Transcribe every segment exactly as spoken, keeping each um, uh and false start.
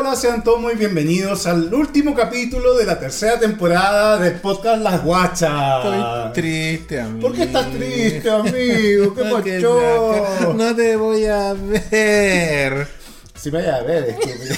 hola, sean todos muy bienvenidos al último capítulo de la tercera temporada del podcast Las Guachas. Estoy triste, amigo. ¿Por qué estás triste, amigo? ¿Qué pasó? No te voy a ver. Si me vaya a ver, estúpido.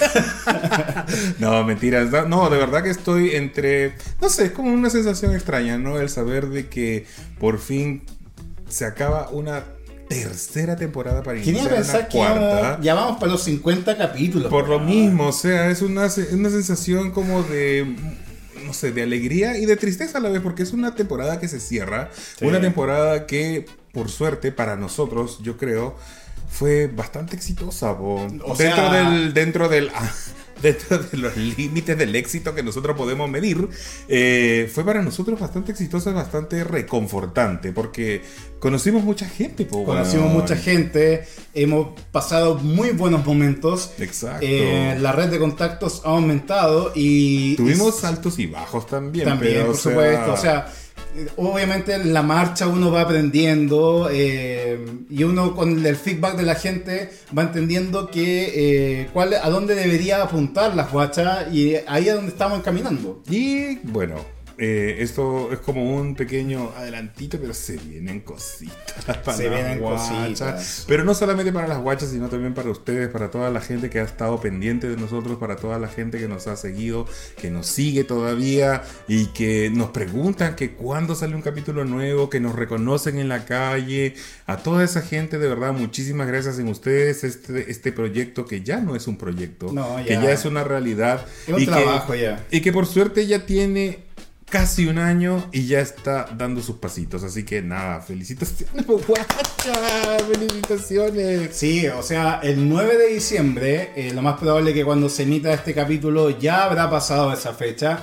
No, mentiras. No, de verdad que estoy entre... No sé, es como una sensación extraña, ¿no? El saber de que por fin se acaba una tercera temporada para Quería iniciar pensar una que cuarta. íbamos- ya vamos para los cincuenta capítulos. Por lo ¿no? mismo, o sea, es una, se- una sensación como de, no sé, de alegría y de tristeza a la vez, porque es una temporada que se cierra, Sí. una temporada que, por suerte, para nosotros, yo creo, fue bastante exitosa, po. O dentro sea- del, dentro del, ah, dentro de los límites del éxito que nosotros podemos medir, eh, fue para nosotros bastante exitosa, bastante reconfortante, porque conocimos mucha gente, po, Conocimos weón. mucha gente, hemos pasado muy buenos momentos. Exacto. Eh, la red de contactos ha aumentado y... Tuvimos y- altos y bajos también, También, pero, por o sea, supuesto. O sea, eh, obviamente en la marcha uno va aprendiendo eh, y uno con el feedback de la gente va entendiendo que eh, cuál, a dónde debería apuntar las guachas y ahí es donde estamos encaminando. Y bueno, eh, esto es como un pequeño adelantito, pero se vienen cositas para Se las vienen guachas. cositas. Pero no solamente para las guachas, sino también para ustedes, para toda la gente que ha estado pendiente de nosotros, para toda la gente que nos ha seguido, que nos sigue todavía y que nos preguntan que cuándo sale un capítulo nuevo, que nos reconocen en la calle. A toda esa gente, de verdad, muchísimas gracias en ustedes. Este, este proyecto que ya no es un proyecto, No, que ya. ya es una realidad. Es un y trabajo que, ya. Y que por suerte ya tiene casi un año y ya está dando sus pasitos. Así que nada, felicitaciones, guacha, felicitaciones. Sí, o sea, el nueve de diciembre, eh, lo más probable es que cuando se emita este capítulo ya habrá pasado esa fecha.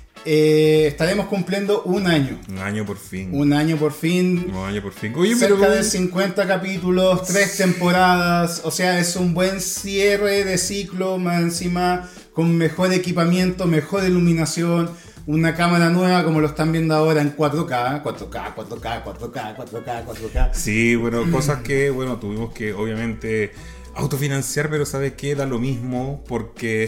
Eh, estaremos cumpliendo un año. Un año por fin. Un año por fin. Un año por fin. Oye, Cerca pero de cincuenta capítulos, tres temporadas, o sea, es un buen cierre de ciclo, más encima con mejor equipamiento, mejor iluminación, una cámara nueva como lo están viendo ahora en cuatro K, cuatro K, cuatro K, cuatro K, cuatro K, cuatro K. sí, bueno, cosas que, bueno, tuvimos que obviamente autofinanciar, pero ¿sabes qué? Da lo mismo porque...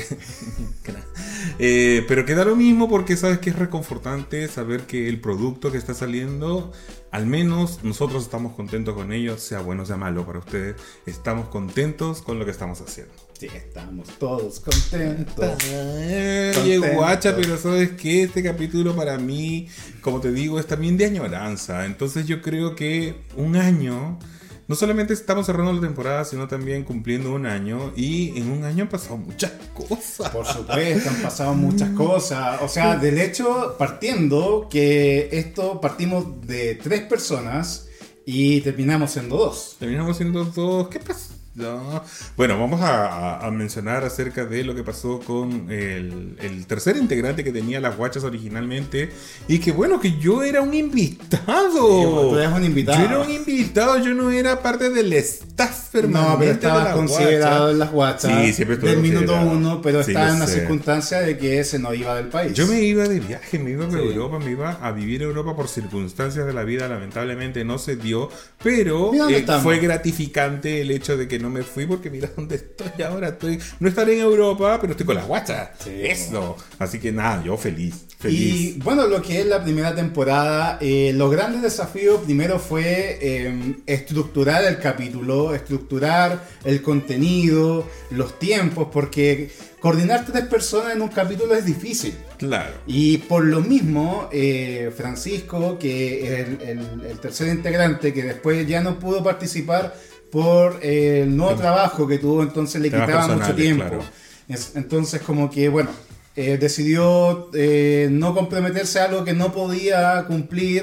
eh, pero que da lo mismo porque sabes que es reconfortante saber que el producto que está saliendo, al menos nosotros estamos contentos con ello, sea bueno o sea malo para ustedes, estamos contentos con lo que estamos haciendo. Sí, estamos todos contentos. Oye, guacha, pero ¿sabes qué? Este capítulo para mí, como te digo, es también de añoranza. Entonces yo creo que un año... No solamente estamos cerrando la temporada, sino también cumpliendo un año. Y en un año han pasado muchas cosas. Por supuesto, han pasado muchas cosas. O sea, del hecho, partiendo que esto partimos de tres personas y terminamos siendo dos. Terminamos siendo dos. ¿Qué pasó? No. Bueno, vamos a, a- a mencionar acerca de lo que pasó con el, el tercer integrante que tenía las guachas originalmente. Y que bueno, que yo era un invitado. Sí, tú eres un invitado. Yo era un invitado, yo no era parte del staff permanente. No, pero de estabas las considerado guachas. en las guachas Sí, siempre estuve del minuto considerado. uno, pero Sí, estaba lo en la sé. circunstancia de que se no iba del país. Yo me iba de viaje, me iba a Sí. Europa, me iba a vivir a Europa por circunstancias de la vida, lamentablemente no se dio, pero Mira dónde eh, estamos. fue gratificante el hecho de que no me fui porque mira dónde estoy ahora, estoy, no estaré en Europa, pero estoy con las guachas, Sí. eso, así que nada, yo feliz, Y feliz. bueno, lo que es la primera temporada, eh, los grandes desafíos primero fue eh, estructurar el capítulo, estructurar el contenido, los tiempos, porque coordinar tres personas en un capítulo es difícil. Claro. Y por lo mismo, eh, Francisco, que es el, el- el tercer integrante, que después ya no pudo participar por eh, el nuevo Tem- trabajo que tuvo, entonces le temas quitaba mucho personales, tiempo. claro. Es- entonces como que, bueno, eh, decidió eh, no comprometerse a algo que no podía cumplir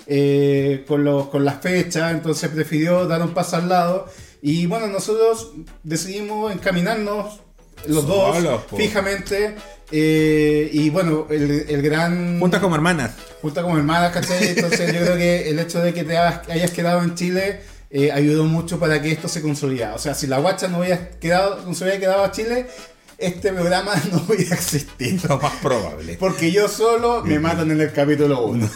eh, con, los, con las fechas, entonces prefirió dar un paso al lado. Y bueno, nosotros decidimos encaminarnos los Solos, dos po. fijamente. eh, y bueno, el, el gran... Juntas como hermanas. Junta como hermanas, ¿cachai? Entonces yo creo que el hecho de que te hayas, hayas quedado en Chile eh, ayudó mucho para que esto se consolidara. O sea, si la guacha no hubiera quedado, no se hubiera quedado a Chile, este programa no voy a existir. Lo más probable. Porque yo solo me matan en el capítulo uno.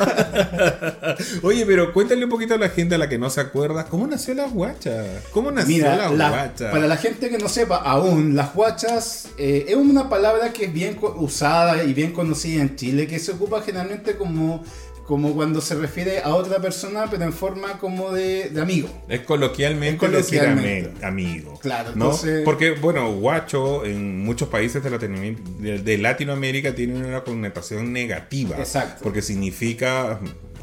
Oye, pero cuéntale un poquito a la gente a la que no se acuerda, ¿cómo nació la guacha? ¿Cómo nació Mira, la, la guacha? Para la gente que no sepa aún, las guachas eh, es una palabra que es bien usada y bien conocida en Chile, que se ocupa generalmente como... como cuando se refiere a otra persona, pero en forma como de, de amigo. Es coloquialmente, es coloquialmente. decir amigo. Claro, ¿no? entonces... Porque, bueno, guacho en muchos países de, Latino- de, de Latinoamérica tiene una connotación negativa. Exacto. Porque significa...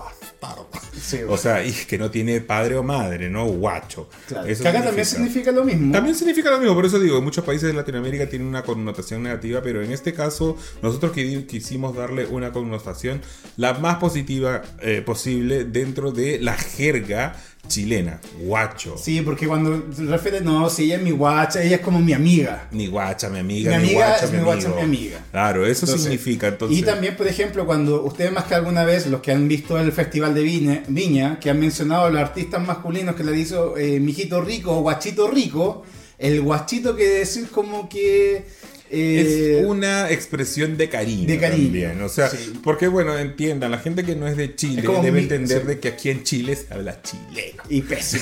Sí, o sea, y que no tiene padre o madre, ¿no? Guacho. Claro. Eso Que acá también significa lo mismo. También significa lo mismo, por eso digo, en muchos países de Latinoamérica tiene una connotación negativa, pero en este caso nosotros quisimos darle una connotación la más positiva eh, posible dentro de la jerga chilena, guacho. Sí, porque cuando se refiere, no, si ella es mi guacha, ella es como mi amiga. Mi guacha, mi amiga, Mi mi, amiga guacha, es mi mi guacha, amigo. mi amiga. Claro, eso Entonces, significa entonces. Y también, por ejemplo, cuando ustedes más que alguna vez, los que han visto el Festival de Viña, Viña que han mencionado a los artistas masculinos que le hizo eh, mijito rico o guachito rico, el guachito quiere decir como que... Eh, es una expresión de cariño, de cariño también, o sea, sí. Porque bueno, entiendan, la gente que no es de Chile es debe mi, entender sí. de que aquí en Chile se habla chileno. Y pésimo.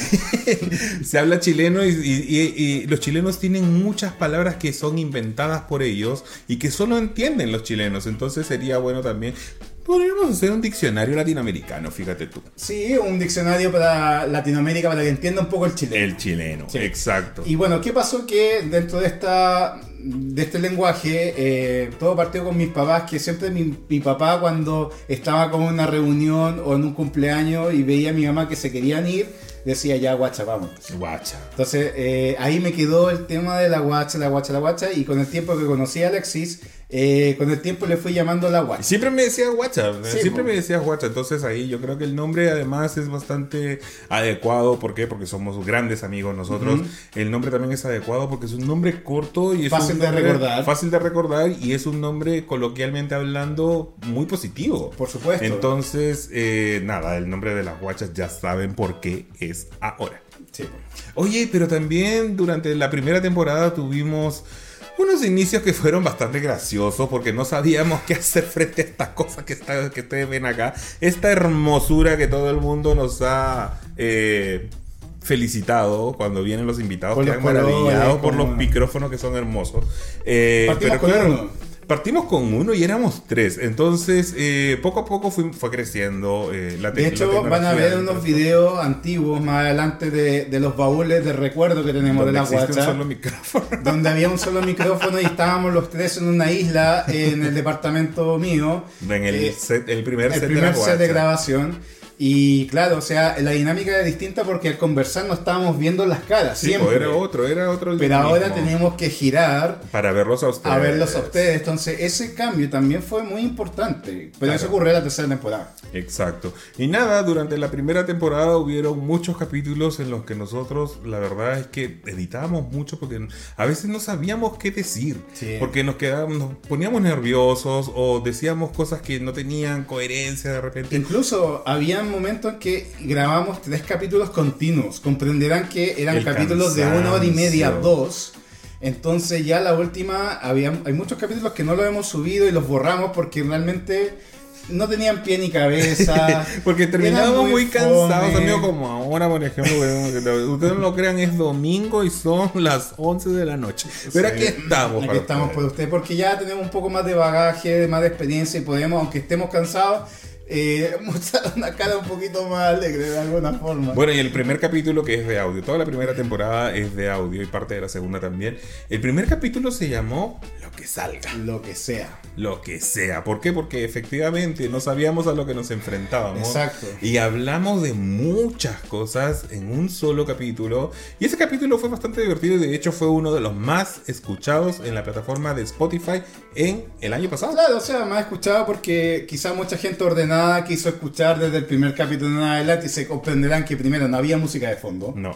Se habla chileno y, y, y, y los chilenos tienen muchas palabras que son inventadas por ellos y que solo entienden los chilenos, entonces sería bueno también... Podríamos hacer un diccionario latinoamericano, fíjate tú. Sí, un diccionario para Latinoamérica para que entienda un poco el chileno. El chileno, sí. Exacto. Y bueno, ¿qué pasó? Que dentro de esta de este lenguaje, eh, todo partió con mis papás, que siempre mi, mi papá cuando estaba con una reunión o en un cumpleaños y veía a mi mamá que se querían ir, decía ya guacha, vamos. Guacha. Entonces eh, ahí me quedó el tema de la guacha, la guacha, la guacha, y con el tiempo que conocí a Alexis, eh, con el tiempo le fui llamando la guacha. Siempre me decía guacha, sí, siempre po. me decía guacha, entonces ahí yo creo que el nombre además es bastante adecuado, ¿por qué? Porque somos grandes amigos nosotros, uh-huh. El nombre también es adecuado porque es un nombre corto y es fácil un de nombre recordar. Fácil de recordar y es un nombre coloquialmente hablando muy positivo. Por supuesto. Entonces, eh, nada, el nombre de las guachas ya saben por qué es ahora. Sí. Oye, pero también durante la primera temporada tuvimos unos inicios que fueron bastante graciosos porque no sabíamos qué hacer frente a estas cosas que, está, que ustedes ven acá. Esta hermosura que todo el mundo nos ha eh, felicitado cuando vienen los invitados, por que los han maravillado por como... los micrófonos que son hermosos. Eh, Partimos pero con claro, uno. Partimos con uno y éramos tres. Entonces, eh, poco a poco fue, fue creciendo eh, la De hecho, la van a ver unos videos antiguos más adelante de, de los baúles de recuerdo que tenemos de la guacha. Solo micrófono. Donde había un solo micrófono y estábamos los tres en una isla en el departamento mío. En el, eh, set, el primer, el set, primer de la set de grabación. Y claro, o sea, la dinámica era distinta porque al conversar no estábamos viendo las caras, sí, siempre. Era otro, era otro. Pero ahora tenemos que girar para verlos a ustedes. A verlos a ustedes. Entonces, ese cambio también fue muy importante. Pero claro. Eso ocurrió en la tercera temporada. Exacto. Y nada, durante la primera temporada hubieron muchos capítulos en los que nosotros, la verdad es que editábamos mucho porque a veces no sabíamos qué decir. Sí. Porque nos quedábamos, nos poníamos nerviosos o decíamos cosas que no tenían coherencia de repente. Incluso había momentos en que grabamos tres capítulos continuos. Comprenderán que eran El capítulos cansancio. de una hora y media, dos. Entonces ya la última, había, hay muchos capítulos que no los hemos subido y los borramos porque realmente no tenían pie ni cabeza. Porque terminábamos muy, muy cansados, amigos, como ahora, por ejemplo. Ustedes no lo crean, es domingo y son las once de la noche. Pero sí, aquí estamos. Aquí estamos por ustedes porque ya tenemos un poco más de bagaje, más de experiencia y podemos, aunque estemos cansados, Eh, mostrar una cara un poquito más alegre de alguna forma. Bueno, y el primer capítulo que es de audio, toda la primera temporada es de audio y parte de la segunda también. El primer capítulo se llamó Lo que salga. Lo que sea. Lo que sea. ¿Por qué? Porque efectivamente no sabíamos a lo que nos enfrentábamos. Exacto. Y hablamos de muchas cosas en un solo capítulo. Y ese capítulo fue bastante divertido y de hecho fue uno de los más escuchados en la plataforma de Spotify en el año pasado. Claro, o sea, más escuchado porque quizá mucha gente ordenada quiso escuchar desde el primer capítulo en adelante y se comprenderán que primero no había música de fondo. No.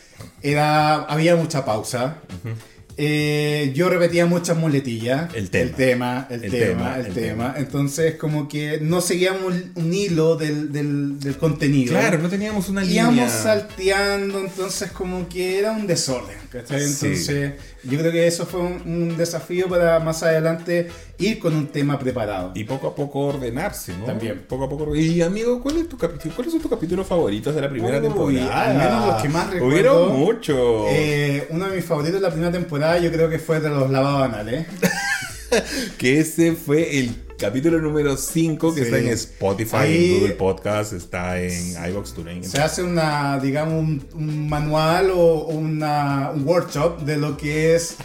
Era, había mucha pausa. Uh-huh. Eh, yo repetía muchas muletillas. El tema. El tema, el, el tema, tema, el, el tema. tema. Entonces, como que no seguíamos un hilo del, del, del contenido. Claro, no teníamos una Íamos línea. salteando, entonces como que era un desorden. ¿cachai? Entonces, sí. Yo creo que eso fue un, un desafío para más adelante ir con un tema preparado. Y poco a poco ordenarse, ¿no? También. Poco a poco. Y amigo, ¿cuál es tu capítulo? ¿Cuáles son tus capítulos favoritos de la primera Uy, temporada? Al menos los que más recuerdo. Hubieron muchos. Eh, uno de mis favoritos de la primera temporada yo creo que fue de los lavados anales. Que ese fue el capítulo número cinco que sí. está en Spotify, ahí, en Google Podcast, está en iVoox TuneIn. Se hace una, digamos, un, un manual o una, un workshop de lo que es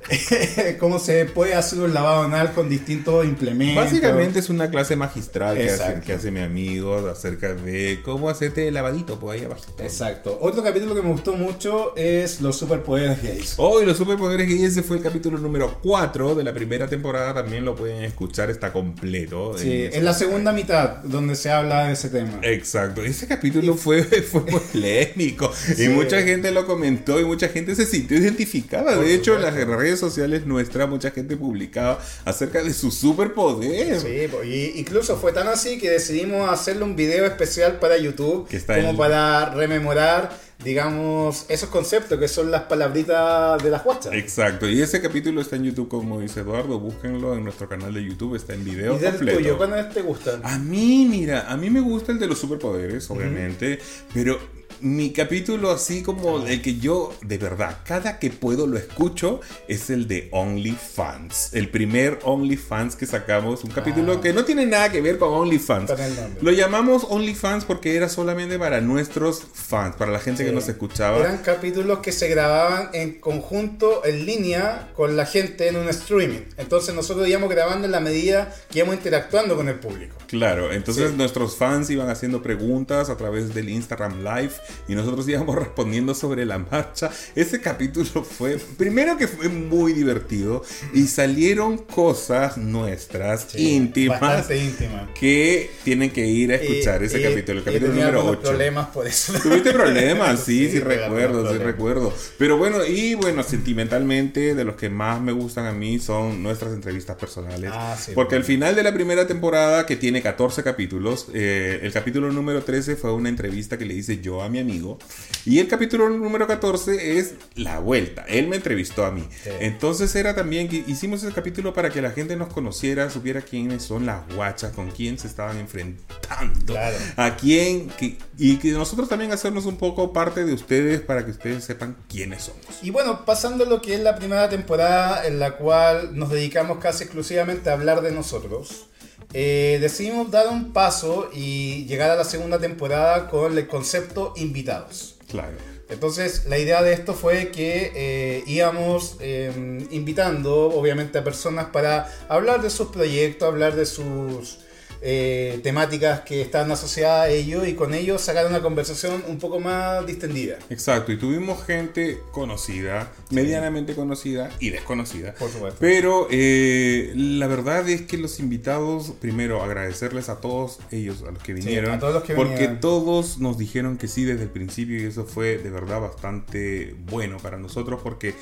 cómo se puede hacer un lavado anal con distintos implementos. Básicamente es una clase magistral que hace, que hace mi amigo acerca de cómo hacerte el lavadito por ahí abajo. Exacto. Otro capítulo que me gustó mucho es los superpoderes gays. Oh, y los superpoderes gays, ese fue el capítulo número cuatro de la primera temporada. También lo pueden escuchar, está completo. Sí, en, en la segunda mitad donde se habla de ese tema. Exacto. Ese capítulo y... fue, fue polémico. Sí. Y mucha gente lo comentó y mucha gente se sintió identificada. Por de hecho, supuesto. Las redes sociales nuestras, mucha gente publicaba acerca de su superpoder. Sí, y incluso fue tan así que decidimos hacerle un video especial para YouTube, que está como en... para rememorar, digamos, esos conceptos que son las palabritas de las guachas. Exacto, y ese capítulo está en YouTube, como dice Eduardo, búsquenlo en nuestro canal de YouTube, está en video ¿Y del completo. tuyo? ¿Cuándo te gustan? A mí, mira, a mí me gusta el de los superpoderes, obviamente, uh-huh. pero mi capítulo así como el que yo, de verdad, cada que puedo lo escucho, es el de OnlyFans. El primer OnlyFans que sacamos, un capítulo ah. que no tiene nada que ver con OnlyFans. Lo llamamos OnlyFans porque era solamente para nuestros fans, para la gente sí. que nos escuchaba. Eran capítulos que se grababan en conjunto, en línea, con la gente en un streaming. Entonces nosotros íbamos grabando en la medida que íbamos interactuando con el público. Claro, entonces sí. nuestros fans iban haciendo preguntas a través del Instagram Live y nosotros íbamos respondiendo sobre la marcha. Ese capítulo fue, primero que fue muy divertido y salieron cosas nuestras sí, íntimas, íntima. que tienen que ir a escuchar y, ese y, capítulo, el capítulo número ocho. Problemas por eso. ¿Tuviste problemas? Sí, sí, sí recuerdo, sí recuerdo. Pero bueno, y bueno, sentimentalmente de los que más me gustan a mí son nuestras entrevistas personales. Ah, sí, porque bueno. al final de la primera temporada, que tiene catorce capítulos, eh, el capítulo número trece fue una entrevista que le hice yo a mi amigo, y el capítulo número catorce es la vuelta, él me entrevistó a mí. Sí. Entonces era también que hicimos ese capítulo para que la gente nos conociera, supiera quiénes son las guachas, con quién se estaban enfrentando, claro. a quién, que, y que nosotros también hacernos un poco parte de ustedes para que ustedes sepan quiénes somos. Y bueno, pasando lo que es la primera temporada en la cual nos dedicamos casi exclusivamente a hablar de nosotros, Eh, decidimos dar un paso y llegar a la segunda temporada con el concepto invitados. Claro. Entonces la idea de esto fue que eh, íbamos eh, invitando obviamente a personas para hablar de sus proyectos, hablar de sus eh, temáticas que están asociadas a ello y con ello sacar una conversación un poco más distendida. Exacto, y tuvimos gente conocida, sí. medianamente conocida y desconocida. Por supuesto. Pero eh, la verdad es que los invitados, primero agradecerles a todos ellos, a los que vinieron, sí, a todos los que porque venían. Todos nos dijeron que sí desde el principio y eso fue de verdad bastante bueno para nosotros porque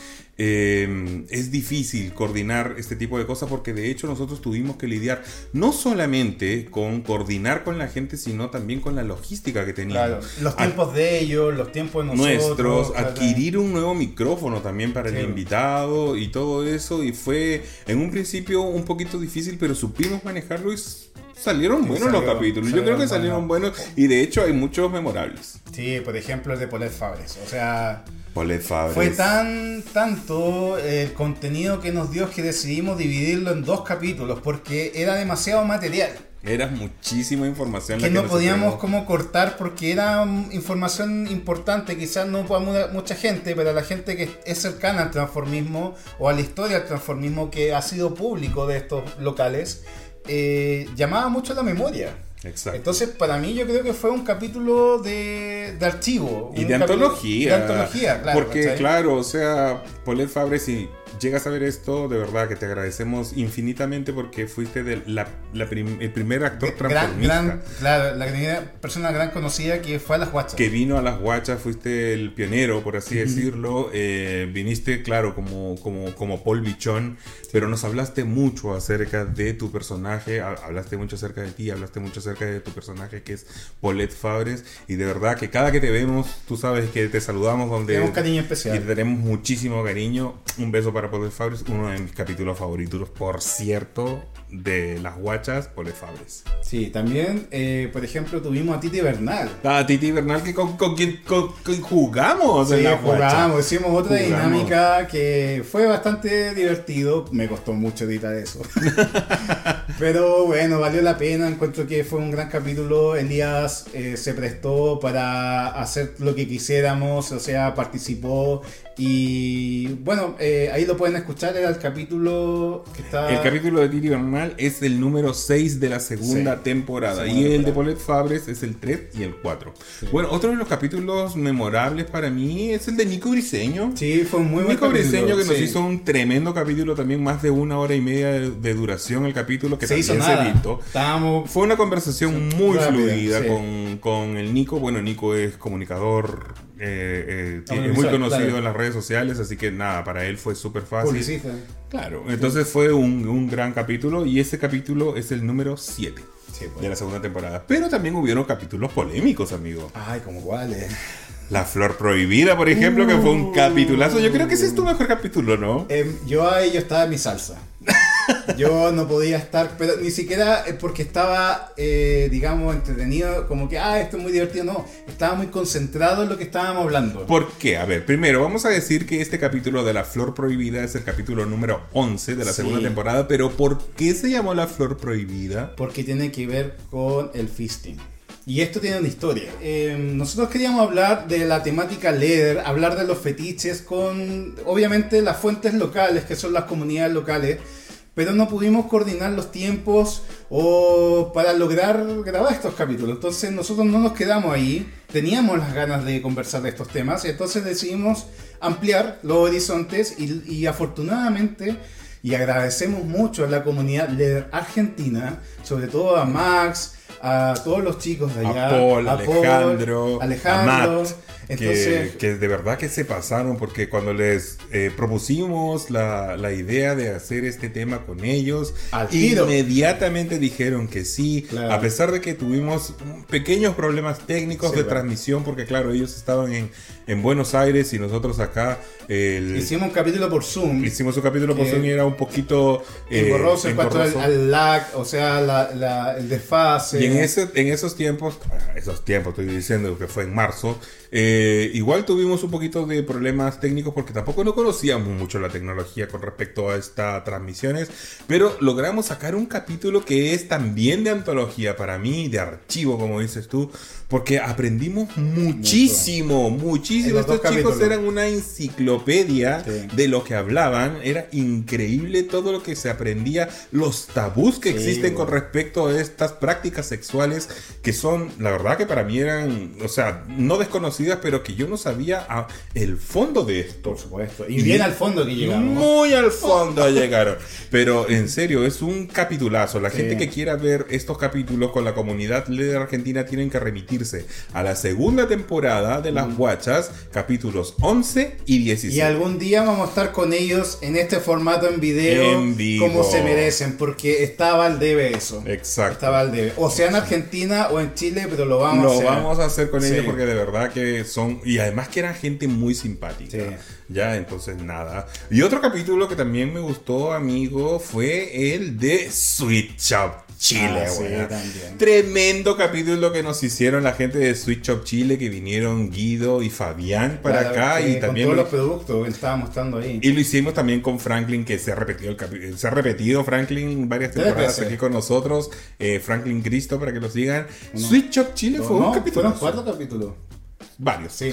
eh, es difícil coordinar este tipo de cosas porque de hecho nosotros tuvimos que lidiar no solamente con coordinar con la gente, sino también con la logística que teníamos. Claro, los tiempos Ad- de ellos, los tiempos de nosotros. Nuestros, adquirir un nuevo micrófono también para sí. el invitado y todo eso. Y fue en un principio un poquito difícil, pero supimos manejarlo y salieron buenos salió, los capítulos. Yo creo que salieron buenos y de hecho hay muchos memorables. Sí, por ejemplo el de Paulette Fabres. O sea... Paulette Fabres. Fue tan tanto el contenido que nos dio que decidimos dividirlo en dos capítulos porque era demasiado material. Era muchísima información. Que, la que no nos podíamos como cortar porque era información importante, quizás no para mucha gente, pero a la gente que es cercana al transformismo o a la historia del transformismo que ha sido público de estos locales, eh, llamaba mucho la memoria. Exacto. Entonces, para mí yo creo que fue un capítulo de, de archivo. Y de antología. De antología, claro. Porque, ¿cachai? Claro, o sea, Paulette Fabres y llegas a ver esto, de verdad que te agradecemos infinitamente porque fuiste de la, la prim, el primer actor gran, transformista. Gran, claro, la primera persona gran conocida que fue a las Guachas. Que vino a las Guachas, fuiste el pionero, por así uh-huh. decirlo. Eh, viniste, claro, como, como, como Paul Bichón, pero nos hablaste mucho acerca de tu personaje, hablaste mucho acerca de ti, hablaste mucho acerca de tu personaje que es Paulette Fabres, y de verdad que cada que te vemos, tú sabes que te saludamos donde... Tenemos cariño especial. Y te tenemos muchísimo cariño. Un beso para Paulette Fabres, uno de mis capítulos favoritos, por cierto, de las Guachas, Paulette Fabres. Sí, también, eh, por ejemplo, tuvimos a Titi Bernal. A Titi Bernal, que con, con quien con, con jugamos sí, en las Guachas. jugamos, hicimos otra jugamos. dinámica que fue bastante divertido. Me costó mucho editar eso. Pero bueno, valió la pena. Encuentro que fue un gran capítulo. Elías eh, se prestó para hacer lo que quisiéramos, o sea, participó. Y bueno, eh, ahí lo pueden escuchar. Era el capítulo que está... El capítulo de Titi Bernal es el número seis de la segunda sí, temporada. Segunda y el temporada. de Paulette Fabres es el tres y el cuatro. Sí. Bueno, otro de los capítulos memorables para mí es el de Nico Briseño. Sí, fue muy buen Nico capítulo. Briseño que sí. nos hizo un tremendo capítulo también, más de una hora y media de, de duración el capítulo, que se también hizo se nada. editó. Estábamos... Fue una conversación muy rápida, fluida sí. con, con el Nico. Bueno, Nico es comunicador, eh, eh, es muy conocido claro. en las redes sociales, así que nada, para él fue súper fácil. Publicista. Claro, entonces sí. fue un, un gran capítulo, y ese capítulo es el número siete sí, bueno. de la segunda temporada. Pero también hubieron capítulos polémicos, amigo. Ay, ¿cómo cuáles? La Flor Prohibida, por ejemplo, uh, que fue un capitulazo. Yo creo que ese es tu mejor capítulo, ¿no? Eh, yo ahí yo estaba en mi salsa. Yo no podía estar, pero ni siquiera porque estaba, eh, digamos, entretenido, como que, ah, esto es muy divertido, no, estaba muy concentrado en lo que estábamos hablando. ¿Por qué? A ver, primero vamos a decir que este capítulo de La Flor Prohibida es el capítulo número once de la sí. segunda temporada, pero ¿por qué se llamó La Flor Prohibida? Porque tiene que ver con el fisting. Y esto tiene una historia. Eh, nosotros queríamos hablar de la temática leather, hablar de los fetiches con, obviamente, las fuentes locales, que son las comunidades locales, pero no pudimos coordinar los tiempos o para lograr grabar estos capítulos. Entonces nosotros no nos quedamos ahí, teníamos las ganas de conversar de estos temas, y entonces decidimos ampliar los horizontes y, y afortunadamente, y agradecemos mucho a la comunidad leather argentina, sobre todo a Max, a todos los chicos de allá, a Paul, a Alejandro, Paul, Alejandro, a Matt, Entonces, que, que de verdad que se pasaron, porque cuando les eh, propusimos la, la idea de hacer este tema con ellos, inmediatamente dijeron que sí, claro. A pesar de que tuvimos pequeños problemas técnicos sí, de claro. transmisión, porque claro, ellos estaban en, en Buenos Aires y nosotros acá. El, hicimos un capítulo por Zoom. Hicimos un capítulo por Zoom y era un poquito eh, engorroso en cuanto al, al lag, o sea, la, la, el desfase. Y en, ese, en esos tiempos, esos tiempos estoy diciendo que fue en marzo, eh, igual tuvimos un poquito de problemas técnicos porque tampoco no conocíamos mucho la tecnología con respecto a estas transmisiones, pero logramos sacar un capítulo que es también de antología para mí, de archivo, como dices tú, porque aprendimos muchísimo, Mucho. muchísimo. Estos chicos capítulos. eran una enciclopedia sí. de lo que hablaban. Era increíble todo lo que se aprendía, los tabús que sí, existen bueno. con respecto a estas prácticas sexuales que son, la verdad que para mí eran, o sea, no desconocidas, pero que yo no sabía a, el fondo de esto. Por supuesto. Y, y bien al fondo que llegaron. Muy al fondo llegaron. Pero en serio, es un capitulazo. La sí. gente que quiera ver estos capítulos con la comunidad de Argentina tienen que remitir a la segunda temporada de Las Guachas, capítulos once y dieciséis. Y algún día vamos a estar con ellos en este formato en video, en vivo, como se merecen, porque estaba al debe eso. Exacto. Estaba al debe. O sea en Argentina o en Chile, pero lo vamos lo a hacer. Lo vamos a hacer con sí. ellos porque de verdad que son... Y además que eran gente muy simpática. Sí. Ya, entonces nada. Y otro capítulo que también me gustó, amigo, fue el de Sweet Shop Chile, ah, sí, tremendo capítulo que nos hicieron la gente de Sweet Shop Chile, que vinieron Guido y Fabián para claro, acá y también con todos lo, los productos que estaba mostrando ahí. Y lo hicimos también con Franklin, que se ha repetido el capi- se ha repetido Franklin varias temporadas aquí con nosotros, eh, Franklin Cristo para que lo sigan. No. Sweet Shop Chile no, fue un no, capítulo. Fueron cuatro capítulos. Varios. Sí.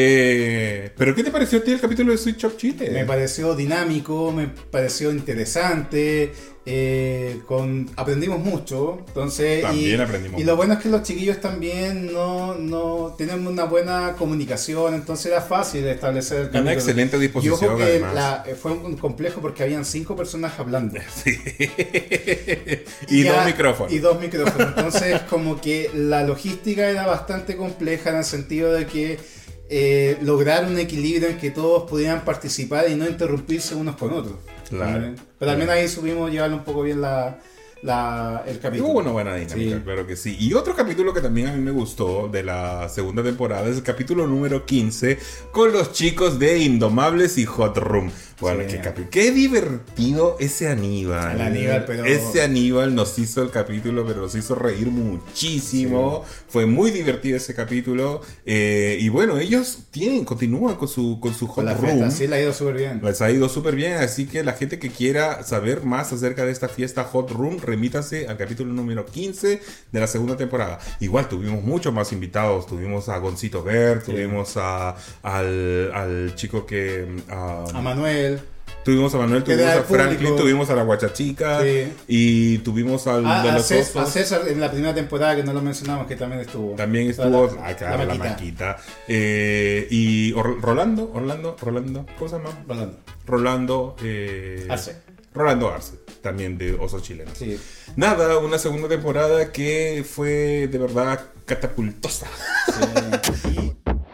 Eh, ¿Pero qué te pareció a ti el capítulo de Sweet Shop Chile? Me pareció dinámico, me pareció interesante. Eh, con, aprendimos mucho, entonces También y, aprendimos y lo bueno es que los chiquillos también no, no tienen una buena comunicación, entonces era fácil establecer el capítulo. Una excelente disposición, y ojo que además. la, fue un complejo porque habían cinco personas hablando. Sí. y, y ya, dos micrófonos. Y dos micrófonos. Entonces, como que la logística era bastante compleja en el sentido de que eh, lograr un equilibrio en que todos pudieran participar y no interrumpirse unos con otros. Claro. Pero al menos ahí supimos llevarlo un poco bien la, la, el capítulo. Hubo una buena dinámica, Sí. claro que sí. Y otro capítulo que también a mí me gustó de la segunda temporada es el capítulo número quince con los chicos de Indomables y Hot Room. Bueno, Sí. qué, capi- qué divertido ese Aníbal. El Aníbal, pero- Ese Aníbal nos hizo el capítulo, pero nos hizo reír muchísimo. Sí. Fue muy divertido ese capítulo. Eh, y bueno, ellos tienen, continúan con su, con su Hot Con la Room. fiesta, sí, le ha ido súper bien. Les ha ido súper bien, así que la gente que quiera saber más acerca de esta fiesta Hot Room, remítase al capítulo número quince de la segunda temporada. Igual tuvimos muchos más invitados, tuvimos a Goncito Ver, sí. tuvimos a, al, al chico que... A, a Manuel. Tuvimos a Manuel, tuvimos a Franklin, público. tuvimos a la Guachachica sí. y tuvimos al a, de a los César, osos. A César en la primera temporada que no lo mencionamos, que también estuvo. También estuvo la, ah, claro, la, la maquita. maquita. Eh, y Or- Rolando, Orlando, Rolando, ¿cómo se llama? Rolando. Rolando eh, Arce. Rolando Arce, también de Osos Chilenos. Sí. Nada, una segunda temporada que fue de verdad catapultosa. Sí.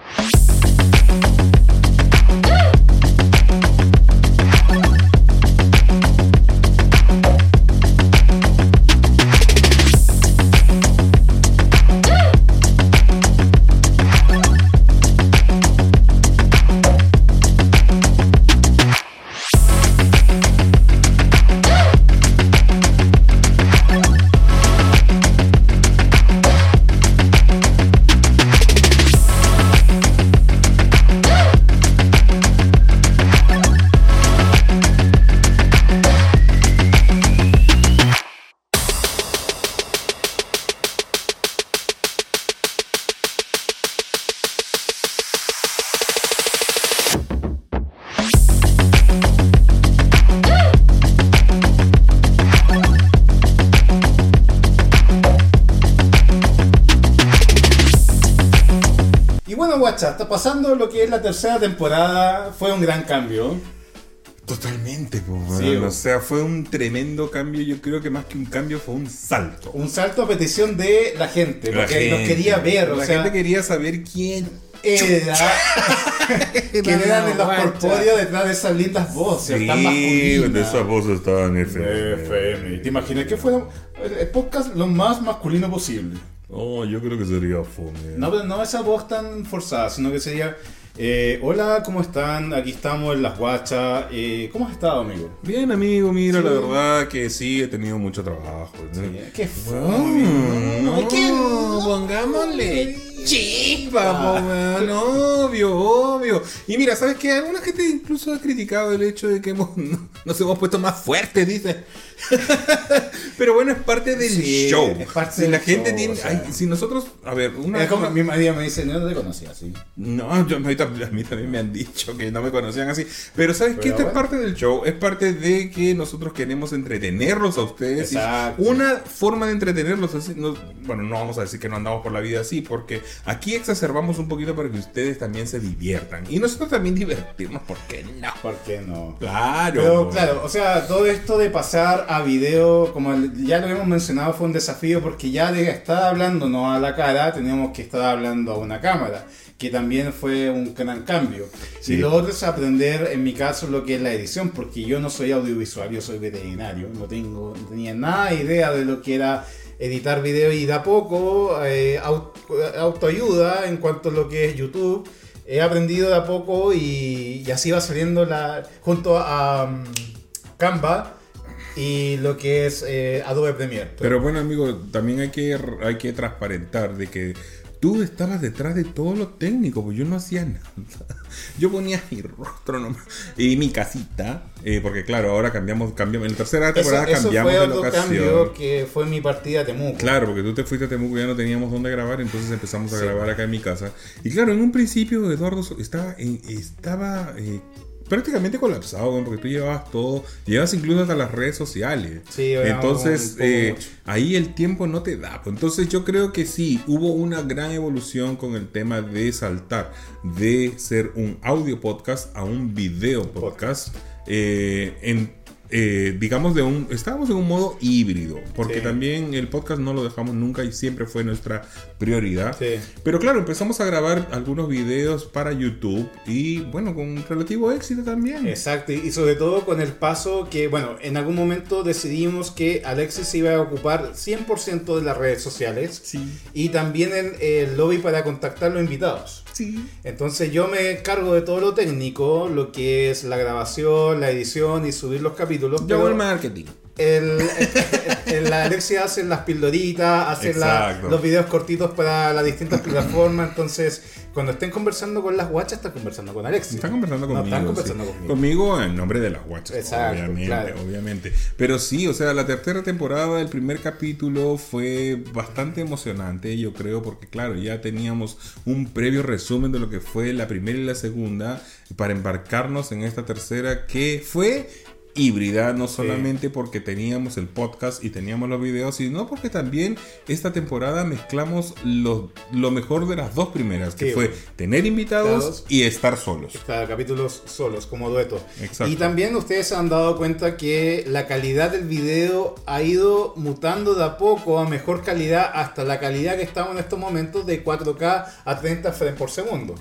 Guacha, está pasando lo que es la tercera temporada, fue un gran cambio. Totalmente, pues, sí, o sea, fue un tremendo cambio. Yo creo que más que un cambio fue un salto. Un salto a petición de la gente, la porque gente, nos quería ver. La o sea, gente quería saber quién era. quién eran los corpóreos detrás de esas lindas voces, sí, tan masculinas. de esas voces estaban F M. F M. ¿Te imaginas que fuera el podcast lo más masculino posible? Oh, yo creo que sería fome. No, pero no esa voz tan forzada, sino que sería... Eh, hola, ¿cómo están? Aquí estamos en Las Guachas. Eh, ¿Cómo has estado, amigo? Bien, amigo, mira, sí. la verdad que sí, he tenido mucho trabajo. ¿no? Sí, ¿qué fue? No, no, ¿Qué? pongámosle chispa, no, obvio, obvio. Y mira, ¿sabes qué? Alguna gente incluso ha criticado el hecho de que hemos, no, nos hemos puesto más fuertes, dice. Pero bueno, es parte del sí, show. Es parte si del la gente show, tiene, o sea, ay, si nosotros, a ver, una es como una, mi marido me dice, no te conocía así. No, yo, a, mí, a mí también me han dicho que no me conocían así. Pero ¿sabes qué? Esto bueno. es parte del show. Es parte de que nosotros queremos entretenerlos a ustedes. Exacto. Y una forma de entretenerlos así, no, bueno, no vamos a decir que no andamos por la vida así, porque aquí exacerbamos un poquito para que ustedes también se diviertan. Y nosotros también divertirnos, ¿por qué no? ¿Por qué no? Claro. Pero claro, o sea, todo esto de pasar a video, como ya lo hemos mencionado, fue un desafío porque ya de estar hablándonos a la cara, teníamos que estar hablando a una cámara, que también fue un gran cambio. Sí. Y lo otro es aprender, en mi caso, lo que es la edición, porque yo no soy audiovisual, yo soy veterinario, no tengo, no tenía nada idea de lo que era editar video, y de a poco eh, auto, autoayuda en cuanto a lo que es YouTube. He aprendido de a poco y, y así va saliendo la, junto a um, Canva y lo que es eh, Adobe Premiere. Pero bueno, amigo, también hay que, hay que transparentar de que tú estabas detrás de todo lo técnico, pues yo no hacía nada. Yo ponía mi rostro nomás y mi casita, eh, porque claro, ahora cambiamos, cambiamos en la tercera temporada eso, eso cambiamos fue de otro locación. Cambio que fue mi partida a Temuco. Claro, porque tú te fuiste a Temuco y ya no teníamos dónde grabar, entonces empezamos a sí. grabar acá en mi casa. Y claro, en un principio Eduardo estaba, en, estaba eh, prácticamente colapsado, weón, porque tú llevabas todo, llevas incluso hasta las redes sociales. Sí, entonces eh, ahí el tiempo no te da. Entonces yo creo que sí, hubo una gran evolución con el tema de saltar de ser un audio podcast a un video podcast. Eh, en Eh, digamos de un estábamos en un modo híbrido, porque sí. también el podcast no lo dejamos nunca y siempre fue nuestra prioridad, sí. pero claro, empezamos a grabar algunos videos para YouTube y bueno, con relativo éxito también. Exacto, y sobre todo con el paso que, bueno, en algún momento decidimos que Alexis se iba a ocupar cien por ciento de las redes sociales, sí. y también en el lobby para contactar los invitados. Sí. Entonces yo me cargo de todo lo técnico, lo que es la grabación, la edición y subir los capítulos. Yo hago el marketing. El, el, el, la Alexia hace las pildoritas, hace la, los videos cortitos para las distintas plataformas. Entonces, cuando estén conversando con las guachas, están conversando con Alexia. Están conversando conmigo. No, están conversando sí. conmigo. Conmigo en nombre de las guachas. Exacto, obviamente, claro. obviamente. Pero sí, o sea, la tercera temporada, el primer capítulo fue bastante emocionante, yo creo, porque claro, ya teníamos un previo resumen de lo que fue la primera y la segunda para embarcarnos en esta tercera que fue híbrida, no solamente sí. porque teníamos el podcast y teníamos los videos, sino porque también esta temporada mezclamos lo, lo mejor de las dos primeras, que sí, fue bueno. tener invitados Claro. y estar solos. Cada capítulos solos, como dueto. Exacto. Y también ustedes se han dado cuenta que la calidad del video ha ido mutando de a poco a mejor calidad hasta la calidad que estamos en estos momentos de cuatro K a treinta frames por segundo.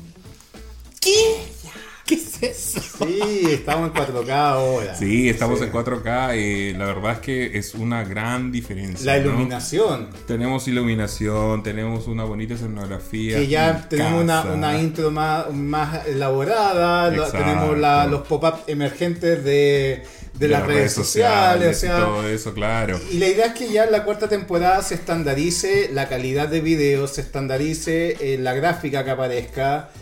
¿Qué? ¿Qué es eso? Sí, estamos en cuatro K ahora. Sí, estamos sí. en cuatro K. Eh, la verdad es que es una gran diferencia. La iluminación. ¿no? Tenemos iluminación, tenemos una bonita escenografía. Que ya tenemos una, una intro más, más elaborada. Exacto. Tenemos la, los pop-up emergentes de, de, de las, las redes, redes sociales. sociales o sea, y todo eso, claro. Y la idea es que ya en la cuarta temporada se estandarice la calidad de video, se estandarice eh, la gráfica que aparezca.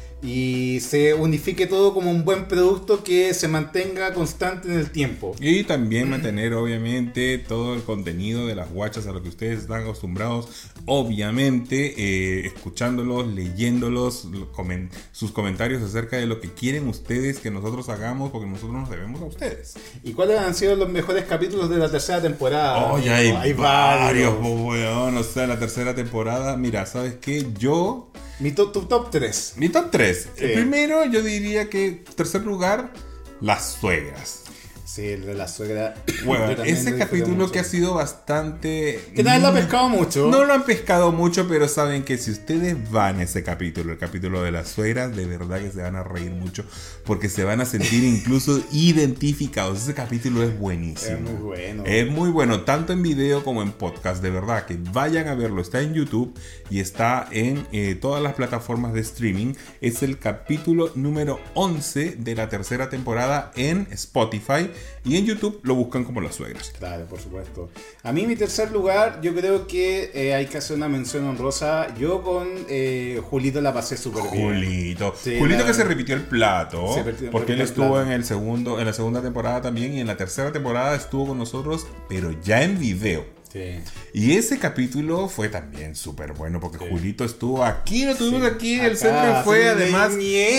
Y se unifique todo como un buen producto que se mantenga constante en el tiempo. Y también mantener obviamente todo el contenido de las guachas a lo que ustedes están acostumbrados. Obviamente eh, escuchándolos, leyéndolos, coment- sus comentarios acerca de lo que quieren ustedes que nosotros hagamos, porque nosotros nos debemos a ustedes. ¿Y cuáles han sido los mejores capítulos de la tercera temporada? Oh, ya hay, hay varios, weón. O sea, la tercera temporada, mira, ¿sabes qué? Yo... Mi top, tu top tres. Mi top tres. Sí. El primero, yo diría que, tercer lugar, Las Suegras. Sí, el de la suegra. Bueno, ese capítulo que ha sido bastante... Que nadie lo ha pescado mucho. No lo han pescado mucho, pero saben que si ustedes van a ese capítulo, el capítulo de las suegras, de verdad que se van a reír mucho, porque se van a sentir incluso identificados. Ese capítulo es buenísimo. Es muy bueno. Es muy bueno, tanto en video como en podcast. De verdad que vayan a verlo. Está en YouTube y está en eh, todas las plataformas de streaming. Es el capítulo número once de la tercera temporada en Spotify. Y en YouTube lo buscan como Las Suegras. Claro, por supuesto. A mí mi tercer lugar, yo creo que eh, hay que hacer una mención honrosa. Yo con eh, Julito la pasé súper bien. Julito. Sí, Julito la... que se repitió el plato. Se repitió, porque él el estuvo plato. en el segundo, en la segunda temporada también. Y en la tercera temporada estuvo con nosotros, pero ya en video. Sí. Y ese capítulo fue también súper bueno porque sí. Julito estuvo aquí, lo tuvimos sí. aquí en el Acá, centro y fue sí, además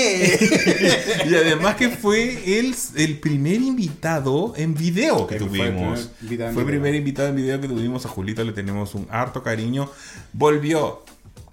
y además que fue el, el primer invitado en video que Fue tuvimos. el primer Fue el primer invitado en video que tuvimos. A Julito le tenemos un harto cariño. Volvió.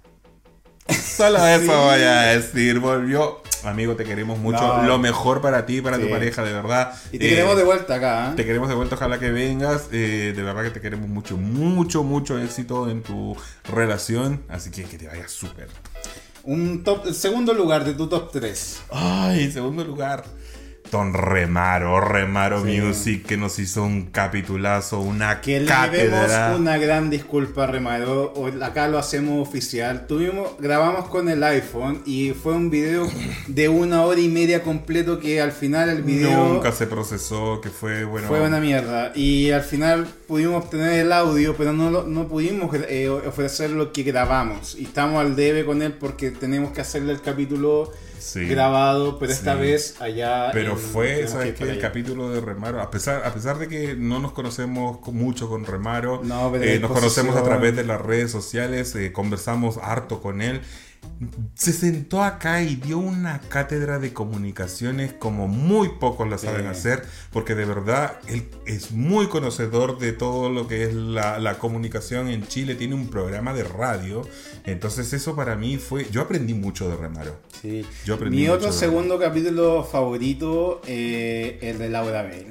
Solo eso sí. voy a decir. Volvió. Amigo, te queremos mucho. No. Lo mejor para ti, para sí. tu pareja, de verdad. Y te eh, queremos de vuelta acá. ¿eh? Te queremos de vuelta, ojalá que vengas. Eh, de verdad que te queremos mucho, mucho, mucho éxito en tu relación. Así que que te vaya súper. Un top, el segundo lugar de tu top tres. Ay, segundo lugar. Don Remaro, Remaro sí. Music, que nos hizo un capitulazo, una que cátedra. Que le debemos una gran disculpa a Remaro, acá lo hacemos oficial. Tuvimos, grabamos con el iPhone y fue un video de una hora y media completo que al final el video... Nunca se procesó, que fue, bueno... Fue una mierda. Y al final pudimos obtener el audio, pero no, no pudimos eh, ofrecer lo que grabamos. Y estamos al debe con él porque tenemos que hacerle el capítulo... Sí, grabado, pero esta sí. vez allá. Pero en, fue, ¿sabes qué? El capítulo de Remaro, a pesar, a pesar de que no nos conocemos mucho con Remaro, no, eh, nos conocemos a través de las redes sociales, eh, conversamos harto con él. se sentó acá y dio una cátedra de comunicaciones como muy pocos la saben sí. hacer, porque de verdad él es muy conocedor de todo lo que es la, la comunicación en Chile, tiene un programa de radio, entonces eso para mí fue, yo aprendí mucho de Remaro. Sí. Yo aprendí Mi mucho otro de segundo Remaro. Capítulo favorito, eh, el de Laura Bell.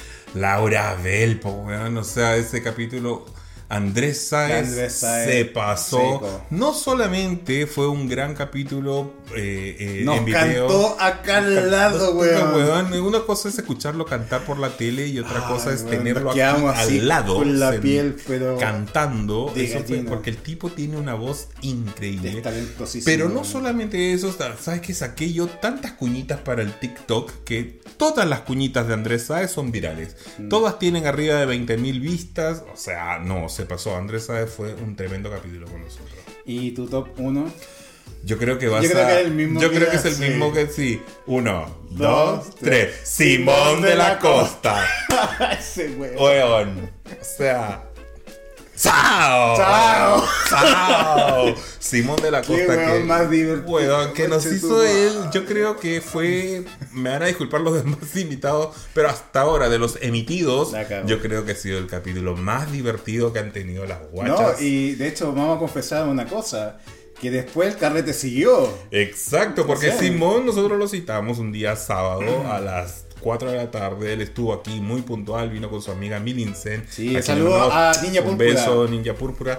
Laura Bell, po, weón, o sea, ese capítulo... Andrés Sáez, Andrés Sáez se pasó. seco. No solamente fue un gran capítulo eh, eh, Nos en video. cantó acá al lado, weón. weón. Una cosa es escucharlo cantar por la tele y otra Ay, cosa es weón, tenerlo aquí al lado. con la se, piel, pero cantando. de Eso fue gallina. porque el tipo tiene una voz increíble. Es talentosísimo. Pero no weón. solamente eso, ¿sabes qué? Saqué yo tantas cuñitas para el TikTok que todas las cuñitas de Andrés Sáez son virales. Mm. Todas tienen arriba de veinte mil vistas. O sea, no, se pasó. Andrés Sáez fue un tremendo capítulo con nosotros. ¿Y tu top uno? Yo creo que vas yo creo a... que es el mismo Yo que creo que es el sí. mismo que sí. Uno, Dos, dos, tres. Simón de la Costa. Ese weón. Weón. O sea... ¡Chao! ¡Chao! ¡Chao! Simón de la Costa, weón que, más divertido, weón, que nos coche hizo tu él. madre. Yo creo que fue. Me van a disculpar los demás invitados, pero hasta ahora, de los emitidos, yo creo que ha sido el capítulo más divertido que han tenido las guachas. No, y de hecho, vamos a confesar una cosa. Que después el carrete siguió. Exacto, porque O sea, Simón nosotros lo citamos un día sábado a las cuatro de la tarde. Él estuvo aquí muy puntual, vino con su amiga Milincen. Sí, saludos a Ninja Púrpura. Un beso, Ninja Púrpura.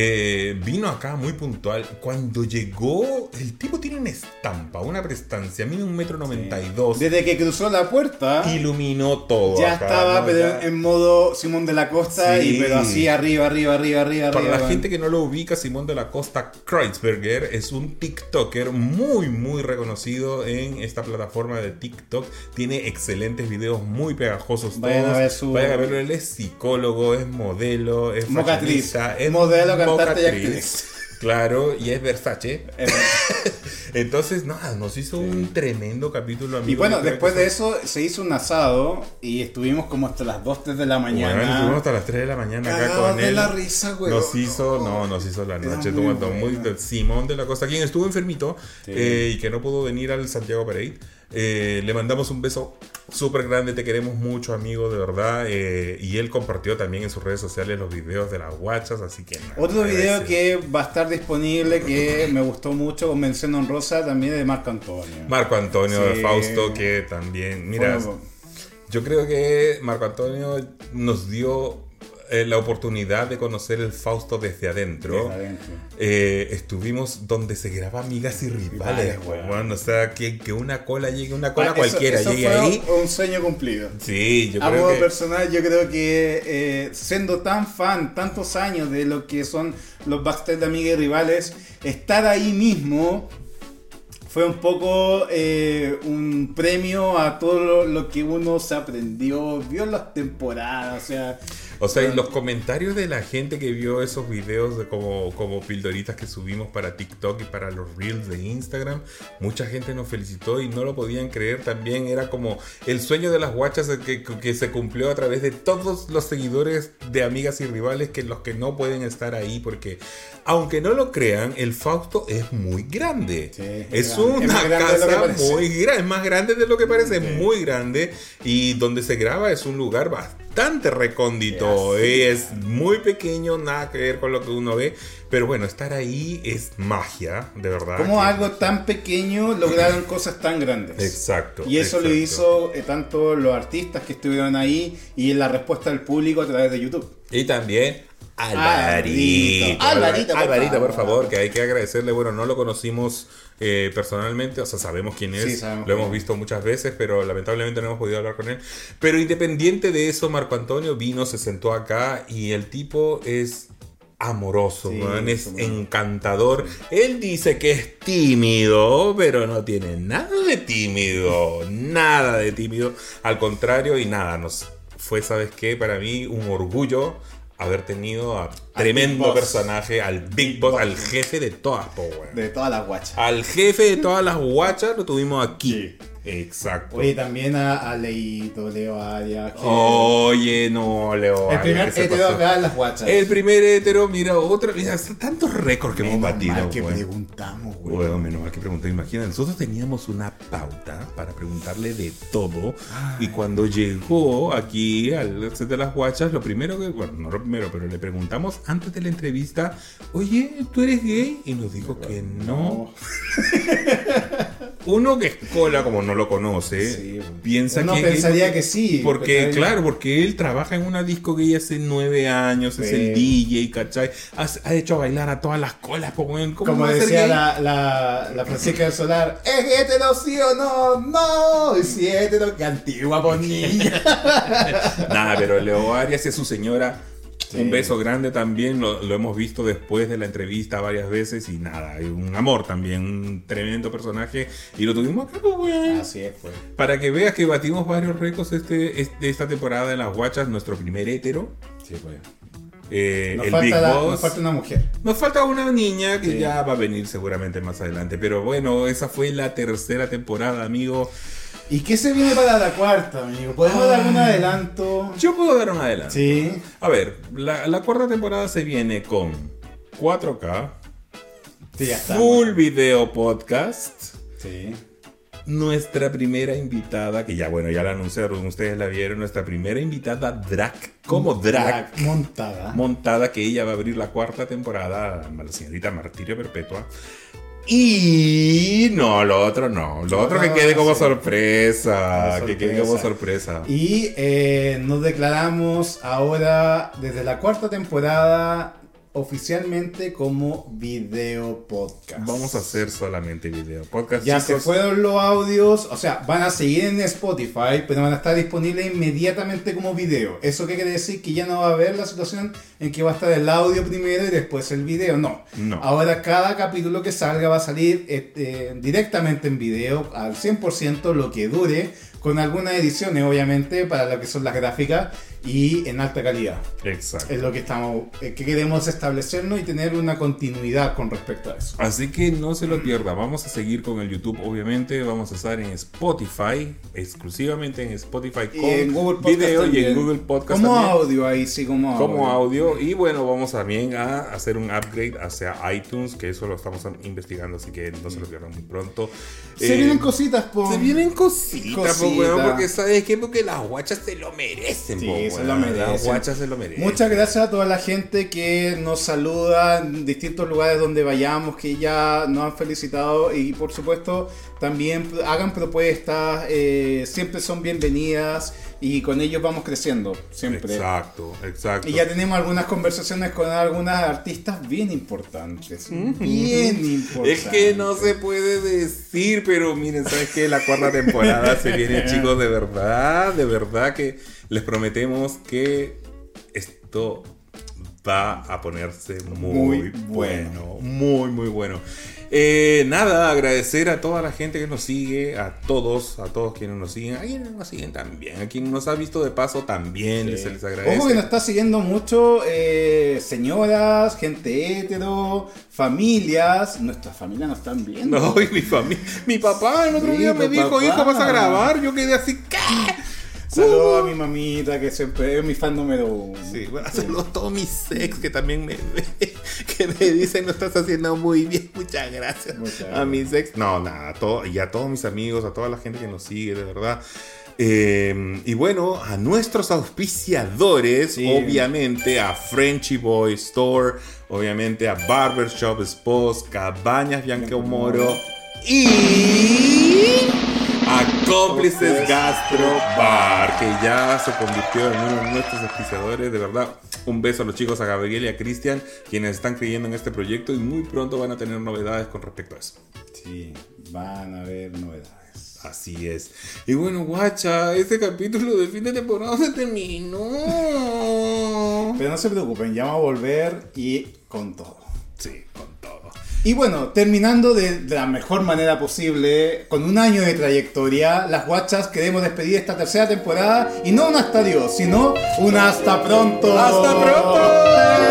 Eh, vino acá muy puntual. Cuando llegó, el tipo tiene una estampa, una prestancia, mide un metro noventa y dos. Desde que cruzó la puerta, iluminó todo. ya acá, estaba ¿no? pero Ya. en modo Simón de la Costa, Sí. y pero así arriba, arriba, arriba, arriba. Para arriba, la gente que no lo ubica, Simón de la Costa Kreuzberger es un TikToker muy, muy reconocido en esta plataforma de TikTok. Tiene excelentes videos muy pegajosos. Vayan todos. a ver su- Vayan a verlo. Él es psicólogo, es modelo, es Mocatriz. fashionista, es Modelo, cantante y mocatriz. actriz. Claro, y es Versace. Eh, Entonces, nada, nos hizo un tremendo capítulo, amigo. Y bueno, Yo creo después que de fue- eso se hizo un asado y estuvimos como hasta las dos, tres de la mañana. Bueno, estuvimos hasta las tres de la mañana acá Cagados con de él. la risa, güey. Nos hizo, no, nos hizo la Era noche. muy Tuvo muy, bueno. Simón de la Costa, quien estuvo enfermito Sí. eh, y que no pudo venir al Santiago Parade. Eh, le mandamos un beso súper grande, te queremos mucho, amigo, de verdad. Eh, y él compartió también en sus redes sociales los videos de las guachas, así que nada, Otro video agradecido. que va a estar disponible, que me gustó mucho, con mención honrosa, también es de Marco Antonio. Marco Antonio Sí. de Fausto, que también, mira, Bueno, yo creo que Marco Antonio nos dio eh, la oportunidad de conocer el Fausto desde adentro. desde adentro. Eh, estuvimos donde se graba Amigas y Rivales, Rivales, weón. weón. O sea, que, que una cola llegue, una cola Ah, eso- cualquiera eso llegue fue ahí. un sueño cumplido. Sí, yo A creo modo que... personal, yo creo que eh, siendo tan fan, tantos años de lo que son los backstage de Amigas y Rivales, estar ahí mismo fue un poco eh, un premio a todo lo, lo que uno se aprendió, vio en las temporadas, o sea... O sea, y los comentarios de la gente que vio esos videos de como, como pildoritas que subimos para TikTok y para los Reels de Instagram, mucha gente nos felicitó y no lo podían creer. También era como el sueño de las guachas que, que se cumplió a través de todos los seguidores de Amigas y Rivales, que los que no pueden estar ahí, porque aunque no lo crean, el Fausto es muy grande. Sí, es grande. una Es más grande de lo que casa parece. muy grande, es más grande de lo que parece, Sí. muy grande, y donde se graba es un lugar bastante recóndito. Ya, sí. Es muy pequeño, nada que ver con lo que uno ve. Pero bueno, estar ahí es magia, de verdad. Como que- algo tan pequeño lograron cosas tan grandes. Exacto. Y eso lo exacto. hizo eh, tanto los artistas que estuvieron ahí y la respuesta del público a través de YouTube. Y también Alvarito. Alvarito. Alvarito, por Alvarito, por favor. favor, que hay que agradecerle. Bueno, no lo conocimos eh, personalmente, o sea, sabemos quién es, Sí, sabemos lo quién hemos es. visto muchas veces, pero lamentablemente no hemos podido hablar con él. Pero independiente de eso, Marco Antonio vino, se sentó acá y el tipo es amoroso, Sí, man, es súper. encantador. Él dice que es tímido, pero no tiene nada de tímido, nada de tímido. Al contrario, y nada, nos fue, ¿sabes qué? Para mí un orgullo haber tenido a tremendo Big Boss. personaje, al Big Boss, al jefe de todas, po, weón. De todas las guachas. Al jefe de todas las guachas lo tuvimos aquí. Sí. Exacto. Oye, también a, a Leito, Leo Arias. que- Oye, no, Leo. el ay, primer ¿qué se hetero pasó? acá en las guachas. El primer hetero, mira, otro. Mira, tantos récords que hemos Menos batido, mal que weón. preguntamos, güey. Bueno, menos mal que pregunté. Imagina, nosotros teníamos una pauta para preguntarle de todo. Y cuando llegó aquí al set de las guachas, lo primero que, bueno, no lo primero, pero le preguntamos antes de la entrevista, oye, ¿tú eres gay? Y nos dijo que no. Uno que es cola, como no lo conoce, Sí, piensa uno que es gay pensaría porque- que sí, Porque, pensaría- claro, porque él trabaja en una disco gay hace nueve años, es Sí. el D J, ¿cachai? Ha, ha hecho bailar a todas las colas, po, weón. ¿Cómo Como va a ser decía gay? la, la, la Francisca del Solar, ¿es hetero sí o no? No, y si es hetero, qué antigua por niña. Nada, pero Leo Arias es su señora. Sí. Un beso grande también, lo, lo hemos visto después de la entrevista varias veces y nada, un amor también, un tremendo personaje y lo tuvimos acá, pues, weón. Así es, pues. Para que veas que batimos varios récords este, este- esta temporada en las guachas, nuestro primer hétero, Sí, pues. eh, Nos, el falta Big la- Boss. nos falta una mujer. Nos falta una niña que Sí. ya va a venir seguramente más adelante, pero bueno, esa fue la tercera temporada, amigo. ¿Y qué se viene para la cuarta, amigo? ¿Podemos Ah. dar un adelanto? Yo puedo dar un adelanto. Sí. A ver, la, la cuarta temporada se viene con cuatro K, Sí, ya está. full video podcast, Sí. nuestra primera invitada, que ya bueno, ya la anunciaron, ustedes la vieron, nuestra primera invitada drag, como drag, Drag montada. montada, que ella va a abrir la cuarta temporada, la señorita Martirio Perpetua. Y no, lo otro no, lo otro que No, quede como sí. sorpresa, Como que quede como sorpresa. sorpresa. Y eh, nos declaramos ahora, desde la cuarta temporada, oficialmente como video podcast. Vamos a hacer solamente video podcast. Ya se chicos. fueron los audios, o sea, van a seguir en Spotify, pero van a estar disponibles inmediatamente como video. ¿Eso qué quiere decir? Que ya no va a haber la situación en que va a estar el audio primero y después el video. No. No. Ahora cada capítulo que salga va a salir este, directamente en video al cien por ciento lo que dure, con algunas ediciones obviamente para lo que son las gráficas y en alta calidad. Exacto. Es lo que estamos, eh, que queremos establecernos y tener una continuidad con respecto a eso. Así que no se lo pierda. Vamos a seguir con el YouTube, obviamente. Vamos a estar en Spotify, exclusivamente en Spotify Y con en Google Podcast video y también. en Google Podcast Como también. audio ahí, sí, como audio. Como audio. Y bueno, vamos también a hacer un upgrade hacia iTunes, que eso lo estamos investigando, así que no se lo pierdan muy pronto. Se Eh, vienen cositas, po. Se vienen cositas, po, Cosita. weón, porque ¿sabes qué? Porque las guachas se lo merecen, Sí, po, se weón. lo merecen. Las guachas se lo merecen. Muchas gracias a toda la gente que nos saluda en distintos lugares donde vayamos, que ya nos han felicitado y por supuesto también hagan propuestas, eh, siempre son bienvenidas y con ellos vamos creciendo, siempre. Exacto, exacto. Y ya tenemos algunas conversaciones con algunas artistas bien importantes. Bien importantes. Es que no se puede decir, pero miren, ¿sabes qué? La cuarta temporada se viene, chicos, de verdad, de verdad que les prometemos que esto va a ponerse muy, Muy bueno, muy, muy bueno. Eh, nada, agradecer a toda la gente que nos sigue, a todos, a todos quienes nos siguen, a quienes nos siguen también, a quienes nos ha visto de paso también, Sí. se les agradece. Ojo que nos está siguiendo mucho eh, señoras, gente hetero, familias. Nuestras familias nos están viendo. No, y mi familia, mi papá el otro Sí, día me tu dijo, papá. hijo, vas a grabar, yo quedé así, ¿qué? Saludos a mi mamita, que siempre es mi fan número uno. Sí, bueno, saludos a todos mis ex que también me que me dicen lo estás haciendo muy bien, muchas gracias. Muchas A gracias. mis ex, no, nada, a todo, y a todos mis amigos, a toda la gente que nos sigue, de verdad. Eh, y bueno, a nuestros auspiciadores, Sí. obviamente a Frenchy Boy Store, obviamente a Barbershop Spas, Cabañas Bianchomoro y a Cómplices Gastro Bar, que ya se convirtió en uno de nuestros auspiciadores. De verdad, un beso a los chicos, a Gabriel y a Cristian, quienes están creyendo en este proyecto y muy pronto van a tener novedades con respecto a eso. Sí, van a haber novedades. Así es. Y bueno, guacha, este capítulo de fin de temporada se terminó. Pero no se preocupen, ya vamos a volver y con todo. Sí, con todo. Y bueno, terminando de, de la mejor manera posible, con un año de trayectoria, las guachas queremos despedir esta tercera temporada y no un hasta adiós, sino un hasta pronto. ¡Hasta pronto!